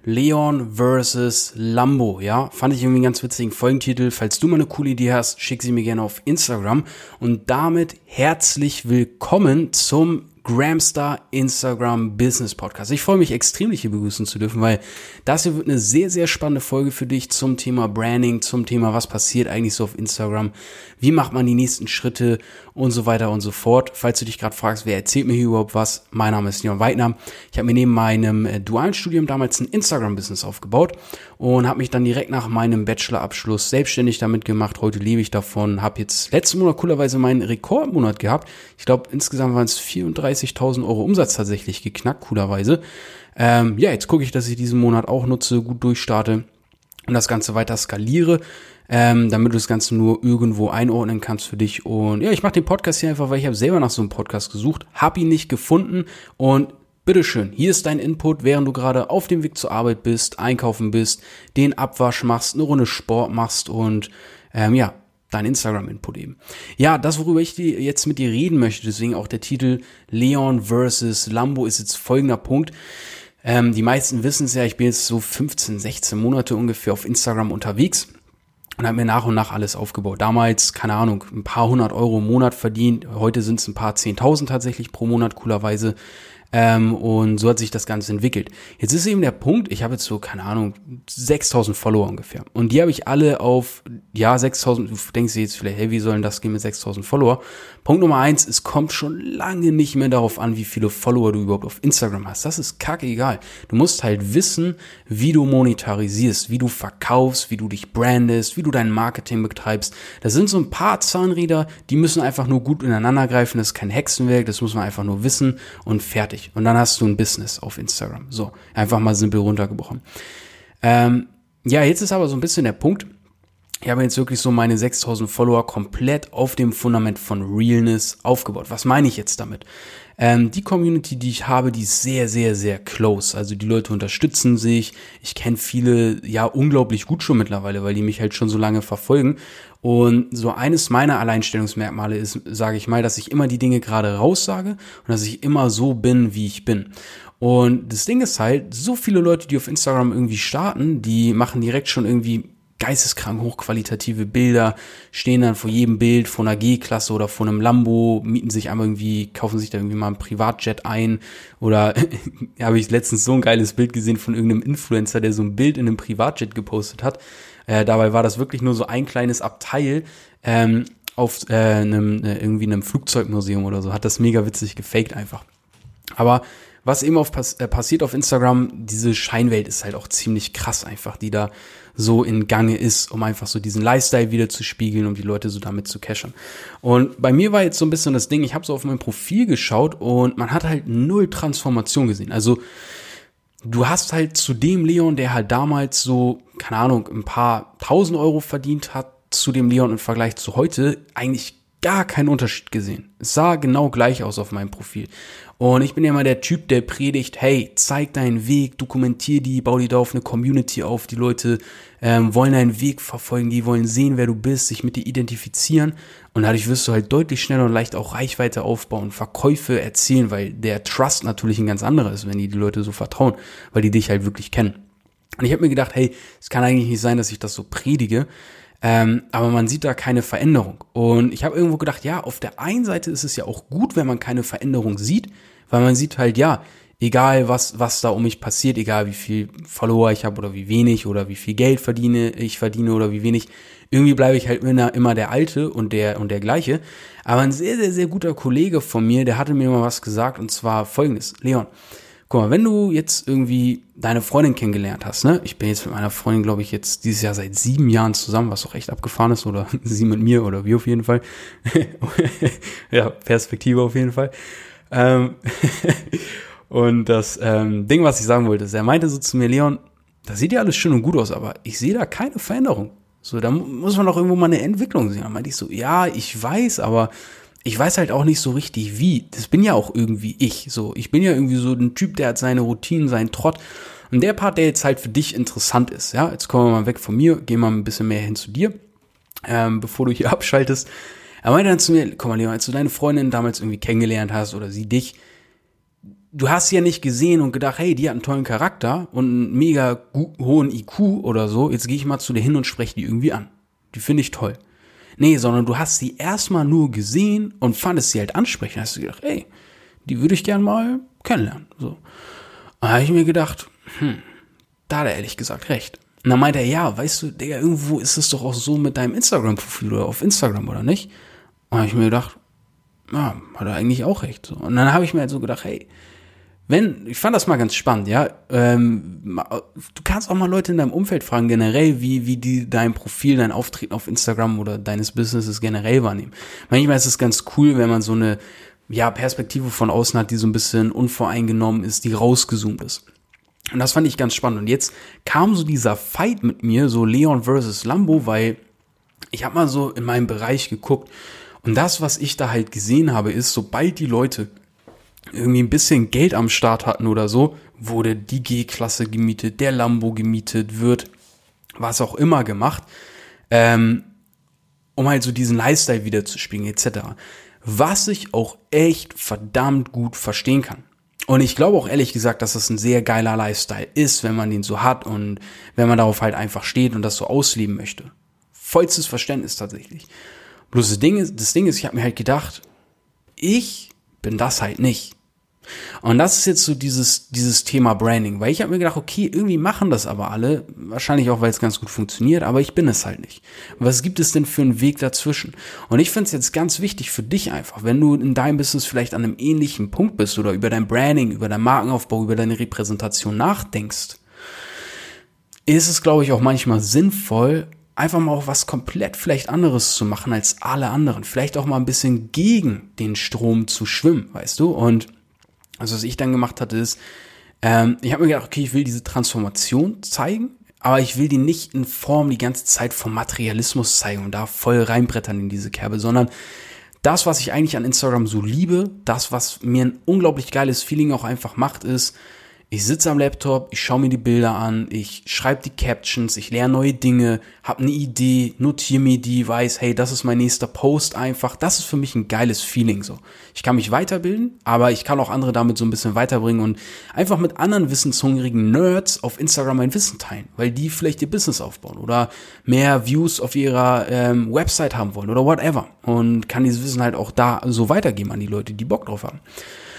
Leon versus Lambo, ja, fand ich irgendwie einen ganz witzigen Folgentitel. Falls du mal eine coole Idee hast, schick sie mir gerne auf Instagram. Und damit herzlich willkommen zum Gramstar Instagram Business Podcast. Ich freue mich extrem, dich hier begrüßen zu dürfen, weil das hier wird eine sehr, sehr spannende Folge für dich zum Thema Branding, zum Thema, was passiert eigentlich so auf Instagram, wie macht man die nächsten Schritte und so weiter und so fort. Falls du dich gerade fragst, wer erzählt mir hier überhaupt was, mein Name ist Leon Weidner. Ich habe mir neben meinem dualen Studium damals ein Instagram-Business aufgebaut und habe mich dann direkt nach meinem Bachelorabschluss selbstständig damit gemacht. Heute lebe ich davon, habe jetzt letzten Monat coolerweise meinen Rekordmonat gehabt. Ich glaube, insgesamt waren es 34.000 Euro Umsatz tatsächlich geknackt, coolerweise. Jetzt gucke ich, dass ich diesen Monat auch nutze, gut durchstarte und das Ganze weiter skaliere, damit du das Ganze nur irgendwo einordnen kannst für dich. Und ja, ich mache den Podcast hier einfach, weil ich habe selber nach so einem Podcast gesucht, habe ihn nicht gefunden und bitteschön, hier ist dein Input, während du gerade auf dem Weg zur Arbeit bist, einkaufen bist, den Abwasch machst, eine Runde Sport machst und dein Instagram-Input eben. Ja, das, worüber ich jetzt mit dir reden möchte, deswegen auch der Titel Leon versus Lambo ist jetzt folgender Punkt. Die meisten wissen es ja, ich bin jetzt so 15, 16 Monate ungefähr auf Instagram unterwegs und habe mir nach und nach alles aufgebaut. Damals, keine Ahnung, ein paar 100 Euro im Monat verdient. Heute sind es ein paar 10.000 tatsächlich pro Monat, coolerweise. Und so hat sich das Ganze entwickelt. Jetzt ist eben der Punkt, ich habe jetzt so, keine Ahnung, 6.000 Follower ungefähr. Und die habe ich alle auf, 6.000, du denkst dir jetzt vielleicht, hey, wie sollen das gehen mit 6.000 Follower? Punkt Nummer 1, es kommt schon lange nicht mehr darauf an, wie viele Follower du überhaupt auf Instagram hast. Das ist kackegal. Du musst halt wissen, wie du monetarisierst, wie du verkaufst, wie du dich brandest, wie du dein Marketing betreibst. Das sind so ein paar Zahnräder, die müssen einfach nur gut ineinander greifen. Das ist kein Hexenwerk, das muss man einfach nur wissen und fertig. Und dann hast du ein Business auf Instagram. So, einfach mal simpel runtergebrochen. Jetzt ist aber so ein bisschen der Punkt, ich habe jetzt wirklich so meine 6.000 Follower komplett auf dem Fundament von Realness aufgebaut. Was meine ich jetzt damit? Die Community, die ich habe, die ist sehr, sehr, sehr close. Also die Leute unterstützen sich. Ich kenne viele, unglaublich gut schon mittlerweile, weil die mich halt schon so lange verfolgen. Und so eines meiner Alleinstellungsmerkmale ist, sage ich mal, dass ich immer die Dinge gerade raussage und dass ich immer so bin, wie ich bin. Und das Ding ist halt, so viele Leute, die auf Instagram irgendwie starten, die machen direkt schon irgendwie geisteskrank hochqualitative Bilder, stehen dann vor jedem Bild vor einer G-Klasse oder vor einem Lambo, kaufen sich da irgendwie mal ein Privatjet ein oder habe ich letztens so ein geiles Bild gesehen von irgendeinem Influencer, der so ein Bild in einem Privatjet gepostet hat. Dabei war das wirklich nur so ein kleines Abteil auf einem Flugzeugmuseum oder so. Hat das mega witzig gefaked einfach. Aber was eben passiert auf Instagram, diese Scheinwelt ist halt auch ziemlich krass einfach, die da so in Gange ist, um einfach so diesen Lifestyle wieder zu spiegeln, um die Leute so damit zu cashen. Und bei mir war jetzt so ein bisschen das Ding, ich habe so auf mein Profil geschaut und man hat halt null Transformation gesehen. Also du hast halt zu dem Leon, der halt damals so, keine Ahnung, ein paar 1.000 Euro verdient hat, zu dem Leon im Vergleich zu heute eigentlich gar keinen Unterschied gesehen. Es sah genau gleich aus auf meinem Profil. Und ich bin ja immer der Typ, der predigt, hey, zeig deinen Weg, dokumentier die, bau dir da auf eine Community auf. Die Leute wollen deinen Weg verfolgen, die wollen sehen, wer du bist, sich mit dir identifizieren. Und dadurch wirst du halt deutlich schneller und leicht auch Reichweite aufbauen, Verkäufe erzielen, weil der Trust natürlich ein ganz anderer ist, wenn die Leute so vertrauen, weil die dich halt wirklich kennen. Und ich habe mir gedacht, hey, es kann eigentlich nicht sein, dass ich das so predige, aber man sieht da keine Veränderung. Und ich habe irgendwo gedacht, ja, auf der einen Seite ist es ja auch gut, wenn man keine Veränderung sieht, weil man sieht halt, ja, egal was da um mich passiert, egal wie viel Follower ich habe oder wie wenig oder wie viel Geld ich verdiene oder wie wenig, irgendwie bleibe ich halt immer der Alte und der gleiche. Aber ein sehr, sehr, sehr guter Kollege von mir, der hatte mir mal was gesagt und zwar Folgendes: Leon, guck mal, wenn du jetzt irgendwie deine Freundin kennengelernt hast, ne? Ich bin jetzt mit meiner Freundin, glaube ich, jetzt dieses Jahr seit 7 Jahren zusammen, was auch echt abgefahren ist, oder sie mit mir oder wir auf jeden Fall. Ja, Perspektive auf jeden Fall. Und das Ding, was ich sagen wollte, ist, er meinte so zu mir, Leon, das sieht ja alles schön und gut aus, aber ich sehe da keine Veränderung. So, da muss man doch irgendwo mal eine Entwicklung sehen. Da meinte ich so, ja, ich weiß, aber ich weiß halt auch nicht so richtig wie. Das bin ja auch irgendwie ich. So, ich bin ja irgendwie so ein Typ, der hat seine Routinen, seinen Trott. Und der Part, der jetzt halt für dich interessant ist, ja, jetzt kommen wir mal weg von mir, gehen wir ein bisschen mehr hin zu dir, bevor du hier abschaltest. Er meinte dann zu mir, komm mal, Leon, als du deine Freundin damals irgendwie kennengelernt hast oder sie dich, du hast sie ja nicht gesehen und gedacht, hey, die hat einen tollen Charakter und einen mega hohen IQ oder so, jetzt gehe ich mal zu dir hin und spreche die irgendwie an. Die finde ich toll. Nee, sondern du hast sie erstmal nur gesehen und fandest sie halt ansprechend. Hast du gedacht, ey, die würde ich gern mal kennenlernen. So. Da habe ich mir gedacht, da hat er ehrlich gesagt recht. Und dann meinte er, ja, weißt du, Digga, irgendwo ist es doch auch so mit deinem Instagram-Profil oder auf Instagram, oder nicht? Und da habe ich mir gedacht, ja, hat er eigentlich auch recht. So. Und dann habe ich mir halt so gedacht, hey, ich fand das mal ganz spannend, ja. Du kannst auch mal Leute in deinem Umfeld fragen, generell, wie die dein Profil, dein Auftreten auf Instagram oder deines Businesses generell wahrnehmen. Manchmal ist es ganz cool, wenn man so eine Perspektive von außen hat, die so ein bisschen unvoreingenommen ist, die rausgezoomt ist. Und das fand ich ganz spannend. Und jetzt kam so dieser Fight mit mir, so Leon versus Lambo, weil ich habe mal so in meinem Bereich geguckt. Und das, was ich da halt gesehen habe, ist, sobald die Leute irgendwie ein bisschen Geld am Start hatten oder so, wurde die G-Klasse gemietet, der Lambo gemietet, wird was auch immer gemacht, um halt so diesen Lifestyle wieder zu spielen, etc. Was ich auch echt verdammt gut verstehen kann. Und ich glaube auch ehrlich gesagt, dass das ein sehr geiler Lifestyle ist, wenn man den so hat und wenn man darauf halt einfach steht und das so ausleben möchte. Vollstes Verständnis tatsächlich. Bloß das Ding ist, ich habe mir halt gedacht, ich bin das halt nicht. Und das ist jetzt so dieses Thema Branding, weil ich habe mir gedacht, okay, irgendwie machen das aber alle, wahrscheinlich auch, weil es ganz gut funktioniert, aber ich bin es halt nicht. Was gibt es denn für einen Weg dazwischen? Und ich finde es jetzt ganz wichtig für dich einfach, wenn du in deinem Business vielleicht an einem ähnlichen Punkt bist oder über dein Branding, über deinen Markenaufbau, über deine Repräsentation nachdenkst, ist es, glaube ich, auch manchmal sinnvoll, einfach mal auch was komplett vielleicht anderes zu machen als alle anderen. Vielleicht auch mal ein bisschen gegen den Strom zu schwimmen, weißt du? Und also was ich dann gemacht hatte, ist, ich habe mir gedacht, okay, ich will diese Transformation zeigen, aber ich will die nicht in Form die ganze Zeit vom Materialismus zeigen und da voll reinbrettern in diese Kerbe, sondern das, was ich eigentlich an Instagram so liebe, das, was mir ein unglaublich geiles Feeling auch einfach macht, ist, ich sitze am Laptop, ich schaue mir die Bilder an, ich schreibe die Captions, ich lerne neue Dinge, habe eine Idee, notiere mir die, weiß, hey, das ist mein nächster Post einfach. Das ist für mich ein geiles Feeling so. Ich kann mich weiterbilden, aber ich kann auch andere damit so ein bisschen weiterbringen und einfach mit anderen wissenshungrigen Nerds auf Instagram mein Wissen teilen, weil die vielleicht ihr Business aufbauen oder mehr Views auf ihrer Website haben wollen oder whatever. Und kann dieses Wissen halt auch da so weitergeben an die Leute, die Bock drauf haben.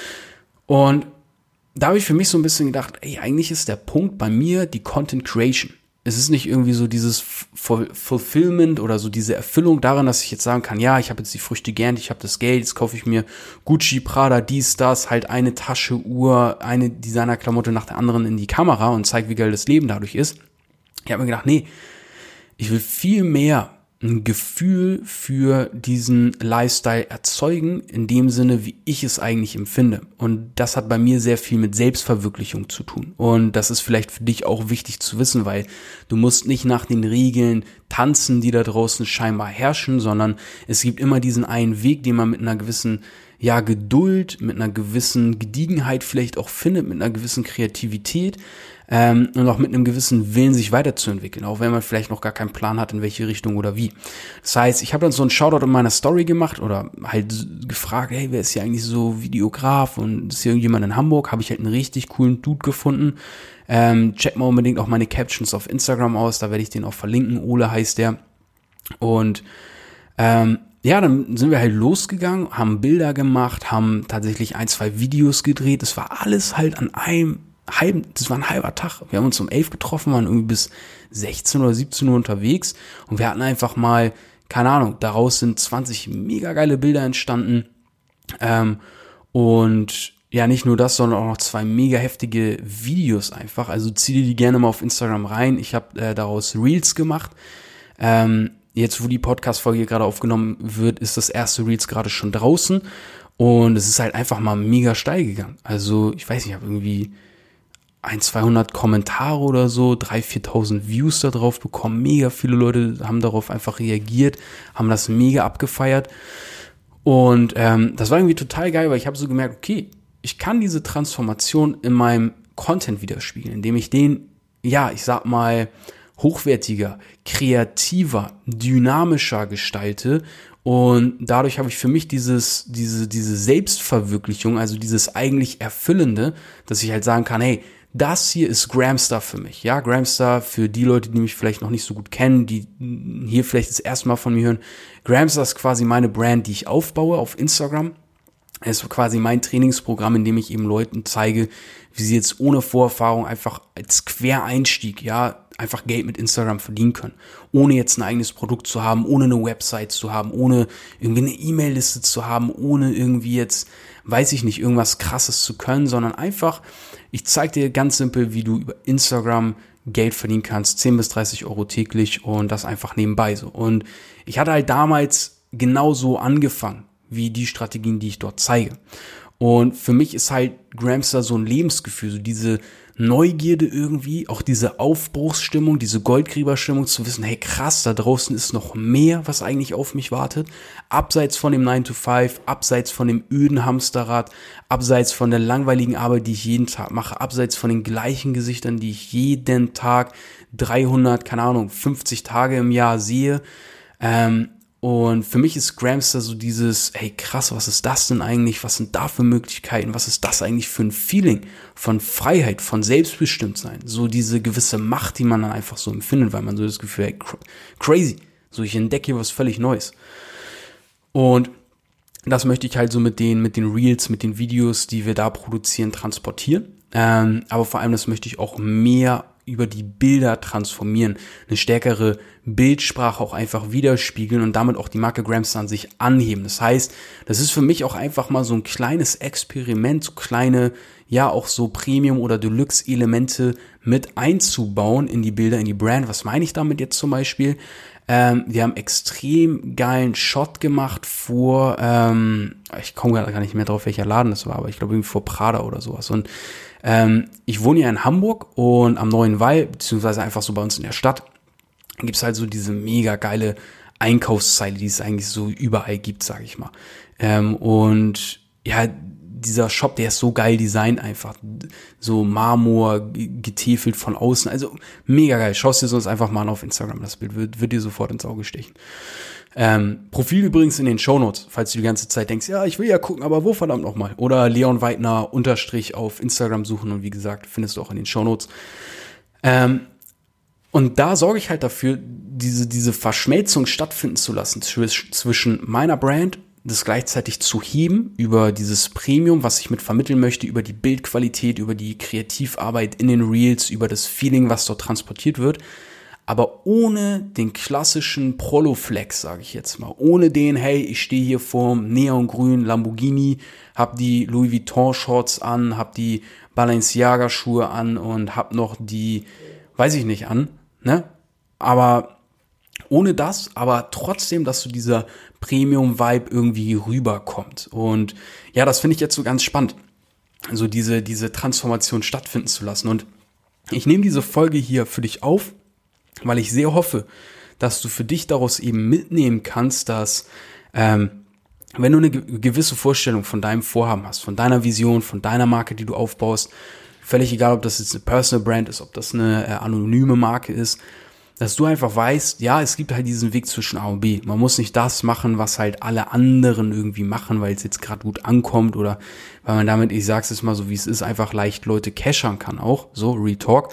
Und da habe ich für mich so ein bisschen gedacht, ey, eigentlich ist der Punkt bei mir die Content Creation. Es ist nicht irgendwie so dieses Fulfillment oder so diese Erfüllung daran, dass ich jetzt sagen kann, ja, ich habe jetzt die Früchte geerntet, ich habe das Geld, jetzt kaufe ich mir Gucci, Prada, dies, das, halt eine Tasche, Uhr, eine Designerklamotte nach der anderen in die Kamera und zeige, wie geil das Leben dadurch ist. Ich habe mir gedacht, nee, ich will viel mehr ein Gefühl für diesen Lifestyle erzeugen, in dem Sinne, wie ich es eigentlich empfinde. Und das hat bei mir sehr viel mit Selbstverwirklichung zu tun. Und das ist vielleicht für dich auch wichtig zu wissen, weil du musst nicht nach den Regeln tanzen, die da draußen scheinbar herrschen, sondern es gibt immer diesen einen Weg, den man mit einer gewissen Geduld, mit einer gewissen Gediegenheit vielleicht auch findet, mit einer gewissen Kreativität, und auch mit einem gewissen Willen, sich weiterzuentwickeln, auch wenn man vielleicht noch gar keinen Plan hat, in welche Richtung oder wie. Das heißt, ich habe dann so einen Shoutout in meiner Story gemacht oder halt gefragt, hey, wer ist hier eigentlich so Videograf und ist hier irgendjemand in Hamburg? Habe ich halt einen richtig coolen Dude gefunden. Check mal unbedingt auch meine Captions auf Instagram aus, da werde ich den auch verlinken. Ole heißt der. Und dann sind wir halt losgegangen, haben Bilder gemacht, haben tatsächlich 1-2 Videos gedreht. Das war alles halt das war ein halber Tag. Wir haben uns um 11 getroffen, waren irgendwie bis 16 oder 17 Uhr unterwegs und wir hatten einfach mal, keine Ahnung, daraus sind 20 mega geile Bilder entstanden. Und ja, nicht nur das, sondern auch noch 2 mega heftige Videos einfach. Also zieh dir die gerne mal auf Instagram rein. Ich habe daraus Reels gemacht. Jetzt, wo die Podcast-Folge gerade aufgenommen wird, ist das erste Reels gerade schon draußen. Und es ist halt einfach mal mega steil gegangen. Also, ich weiß nicht, ich habe irgendwie 200 Kommentare oder so, 3.000-4.000 Views da drauf bekommen. Mega viele Leute haben darauf einfach reagiert, haben das mega abgefeiert. Und das war irgendwie total geil, weil ich habe so gemerkt, okay, ich kann diese Transformation in meinem Content widerspiegeln, indem ich den, ich sag mal, hochwertiger, kreativer, dynamischer gestalte Und dadurch habe ich für mich diese Selbstverwirklichung, also dieses eigentlich Erfüllende, dass ich halt sagen kann, hey, das hier ist Gramstar für mich. Ja, Gramstar für die Leute, die mich vielleicht noch nicht so gut kennen, die hier vielleicht das erste Mal von mir hören. Gramstar ist quasi meine Brand, die ich aufbaue auf Instagram. Es ist quasi mein Trainingsprogramm, in dem ich eben Leuten zeige, wie sie jetzt ohne Vorerfahrung einfach als Quereinstieg, ja, einfach Geld mit Instagram verdienen können. Ohne jetzt ein eigenes Produkt zu haben, ohne eine Website zu haben, ohne irgendwie eine E-Mail-Liste zu haben, ohne irgendwie jetzt, weiß ich nicht, irgendwas Krasses zu können, sondern einfach, ich zeige dir ganz simpel, wie du über Instagram Geld verdienen kannst, 10 bis 30 Euro täglich und das einfach nebenbei so. Und ich hatte halt damals genauso angefangen, wie die Strategien, die ich dort zeige. Und für mich ist halt Gramstar so ein Lebensgefühl, so diese Neugierde irgendwie, auch diese Aufbruchsstimmung, diese Goldgräberstimmung zu wissen, hey krass, da draußen ist noch mehr, was eigentlich auf mich wartet. Abseits von dem 9-to-5, abseits von dem öden Hamsterrad, abseits von der langweiligen Arbeit, die ich jeden Tag mache, abseits von den gleichen Gesichtern, die ich jeden Tag 300, keine Ahnung, 50 Tage im Jahr sehe. Und für mich ist Gramstar so dieses, hey krass, was ist das denn eigentlich? Was sind da für Möglichkeiten? Was ist das eigentlich für ein Feeling von Freiheit, von Selbstbestimmtsein? So diese gewisse Macht, die man dann einfach so empfindet, weil man so das Gefühl hat, hey, crazy. So, ich entdecke hier was völlig Neues. Und das möchte ich halt so mit den Reels, mit den Videos, die wir da produzieren, transportieren. Aber vor allem, das möchte ich auch mehr über die Bilder transformieren, eine stärkere Bildsprache auch einfach widerspiegeln und damit auch die Marke Gramstar an sich anheben. Das heißt, das ist für mich auch einfach mal so ein kleines Experiment, so kleine, ja auch so Premium- oder Deluxe-Elemente mit einzubauen in die Bilder, in die Brand. Was meine ich damit jetzt zum Beispiel? Wir haben extrem geilen Shot gemacht vor, ich komme gerade gar nicht mehr drauf, welcher Laden das war, aber ich glaube irgendwie vor Prada oder sowas. Und ich wohne ja in Hamburg und am Neuen Wall, beziehungsweise einfach so bei uns in der Stadt, gibt's halt so diese mega geile Einkaufszeile, die es eigentlich so überall gibt, sage ich mal. Und ja, dieser Shop, der ist so geil designt einfach. So Marmor, getäfelt von außen. Also mega geil. Schaust dir sonst einfach mal an auf Instagram. Das Bild wird dir sofort ins Auge stechen. Profil übrigens in den Shownotes, falls du die ganze Zeit denkst, ja, ich will ja gucken, aber wo verdammt nochmal? Oder Leon Weidner _ auf Instagram suchen und wie gesagt, findest du auch in den Shownotes. Und da sorge ich halt dafür, diese Verschmelzung stattfinden zu lassen zwischen meiner Brand, das gleichzeitig zu heben über dieses Premium, was ich mit vermitteln möchte, über die Bildqualität, über die Kreativarbeit in den Reels, über das Feeling, was dort transportiert wird, aber ohne den klassischen Prolo-Flex, sage ich jetzt mal. Ohne den, hey, ich stehe hier vorm neongrünen Lamborghini, hab die Louis Vuitton-Shorts an, hab die Balenciaga-Schuhe an und hab noch die, weiß ich nicht, an, ne? Aber ohne das, aber trotzdem, dass so dieser Premium-Vibe irgendwie rüberkommt. Und ja, das finde ich jetzt so ganz spannend, so diese Transformation stattfinden zu lassen. Und ich nehme diese Folge hier für dich auf, weil ich sehr hoffe, dass du für dich daraus eben mitnehmen kannst, dass wenn du eine gewisse Vorstellung von deinem Vorhaben hast, von deiner Vision, von deiner Marke, die du aufbaust, völlig egal, ob das jetzt eine Personal Brand ist, ob das eine anonyme Marke ist, dass du einfach weißt, ja, es gibt halt diesen Weg zwischen A und B. Man muss nicht das machen, was halt alle anderen irgendwie machen, weil es jetzt gerade gut ankommt oder weil man damit, ich sag's jetzt mal so, wie es ist, einfach leicht Leute cashern kann auch, so, Retalk.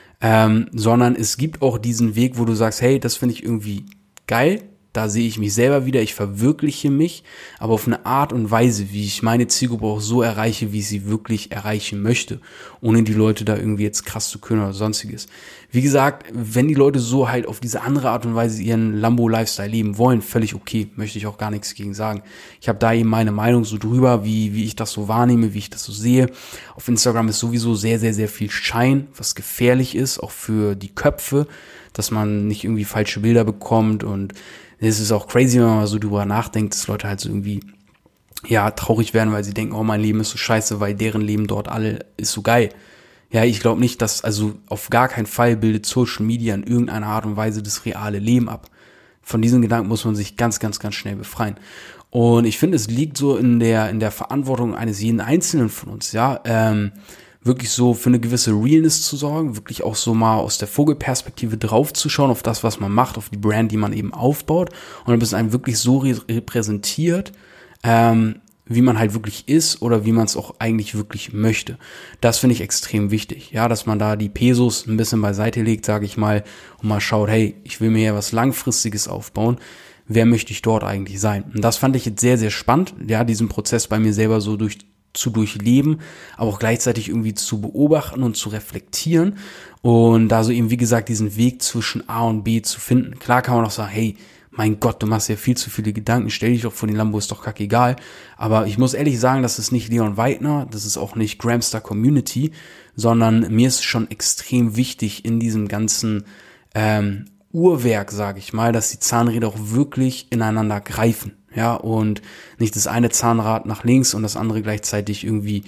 Sondern es gibt auch diesen Weg, wo du sagst, hey, das finde ich irgendwie geil, da sehe ich mich selber wieder, ich verwirkliche mich, aber auf eine Art und Weise, wie ich meine Zielgruppe auch so erreiche, wie ich sie wirklich erreichen möchte, ohne die Leute da irgendwie jetzt krass zu können oder sonstiges. Wie gesagt, wenn die Leute so halt auf diese andere Art und Weise ihren Lambo-Lifestyle leben wollen, völlig okay, möchte ich auch gar nichts gegen sagen. Ich habe da eben meine Meinung so drüber, wie ich das so wahrnehme, wie ich das so sehe. Auf Instagram ist sowieso sehr, sehr, sehr viel Schein, was gefährlich ist, auch für die Köpfe, dass man nicht irgendwie falsche Bilder bekommt und es ist auch crazy, wenn man mal so drüber nachdenkt, dass Leute halt so irgendwie, ja, traurig werden, weil sie denken, oh, mein Leben ist so scheiße, weil deren Leben dort alle ist so geil. Ja, ich glaube nicht, dass, also auf gar keinen Fall bildet Social Media in irgendeiner Art und Weise das reale Leben ab. Von diesen Gedanken muss man sich ganz, ganz, ganz schnell befreien. Und ich finde, es liegt so in der Verantwortung eines jeden Einzelnen von uns, ja, wirklich so für eine gewisse Realness zu sorgen, wirklich auch so mal aus der Vogelperspektive drauf zu schauen auf das, was man macht, auf die Brand, die man eben aufbaut und ob es einem wirklich so repräsentiert, wie man halt wirklich ist oder wie man es auch eigentlich wirklich möchte. Das finde ich extrem wichtig, ja, dass man da die Pesos ein bisschen beiseite legt, sage ich mal, und mal schaut, hey, ich will mir ja was Langfristiges aufbauen. Wer möchte ich dort eigentlich sein? Und das fand ich jetzt sehr, sehr spannend, ja, diesen Prozess bei mir selber so zu durchleben, aber auch gleichzeitig irgendwie zu beobachten und zu reflektieren und da so eben, wie gesagt, diesen Weg zwischen A und B zu finden. Klar kann man auch sagen, hey, mein Gott, du machst ja viel zu viele Gedanken, stell dich doch vor den Lambo, ist doch kackegal. Aber ich muss ehrlich sagen, das ist nicht Leon Weidner, das ist auch nicht Gramstar Community, sondern mir ist schon extrem wichtig in diesem ganzen Uhrwerk, sage ich mal, dass die Zahnräder auch wirklich ineinander greifen, ja, und nicht das eine Zahnrad nach links und das andere gleichzeitig irgendwie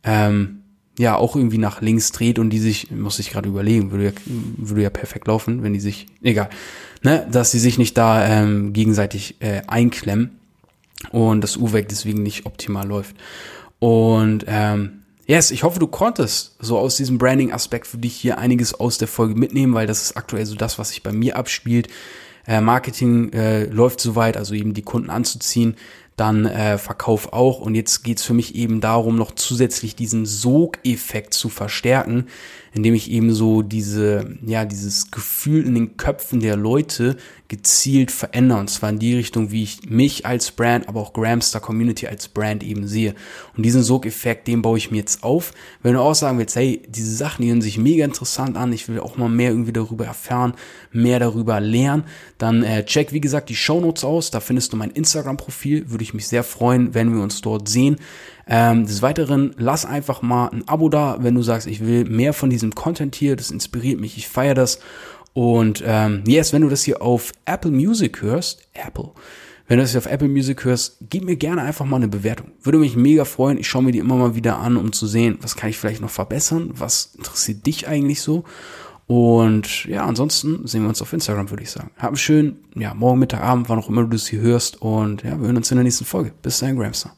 auch irgendwie nach links dreht und die sich, muss ich gerade überlegen, würde ja perfekt laufen, wenn die sich, egal, ne, dass die sich nicht da gegenseitig einklemmen und das Uhrwerk deswegen nicht optimal läuft. Und yes, ich hoffe, du konntest so aus diesem Branding-Aspekt für dich hier einiges aus der Folge mitnehmen, weil das ist aktuell so das, was sich bei mir abspielt. Marketing läuft soweit, also eben die Kunden anzuziehen, dann Verkauf auch. Und jetzt geht's für mich eben darum, noch zusätzlich diesen Sogeffekt zu verstärken, indem ich eben so dieses Gefühl in den Köpfen der Leute gezielt verändere. Und zwar in die Richtung, wie ich mich als Brand, aber auch Gramstar Community als Brand eben sehe. Und diesen Sogeffekt, den baue ich mir jetzt auf. Wenn du auch sagen willst, hey, diese Sachen, die hören sich mega interessant an, ich will auch mal mehr irgendwie darüber erfahren, mehr darüber lernen, dann check, wie gesagt, die Shownotes aus. Da findest du mein Instagram-Profil. Würde ich mich sehr freuen, wenn wir uns dort sehen. Des Weiteren, lass einfach mal ein Abo da, wenn du sagst, ich will mehr von diesem Content hier, das inspiriert mich, ich feiere das. Und wenn du das hier auf Apple Music hörst, wenn du das hier auf Apple Music hörst, gib mir gerne einfach mal eine Bewertung. Würde mich mega freuen. Ich schaue mir die immer mal wieder an, um zu sehen, was kann ich vielleicht noch verbessern, was interessiert dich eigentlich so. Und ja, ansonsten sehen wir uns auf Instagram, würde ich sagen. Hab einen schönen, morgen, Mittag, Abend, wann auch immer du das hier hörst. Und ja, wir hören uns in der nächsten Folge. Bis dahin, Gramstar.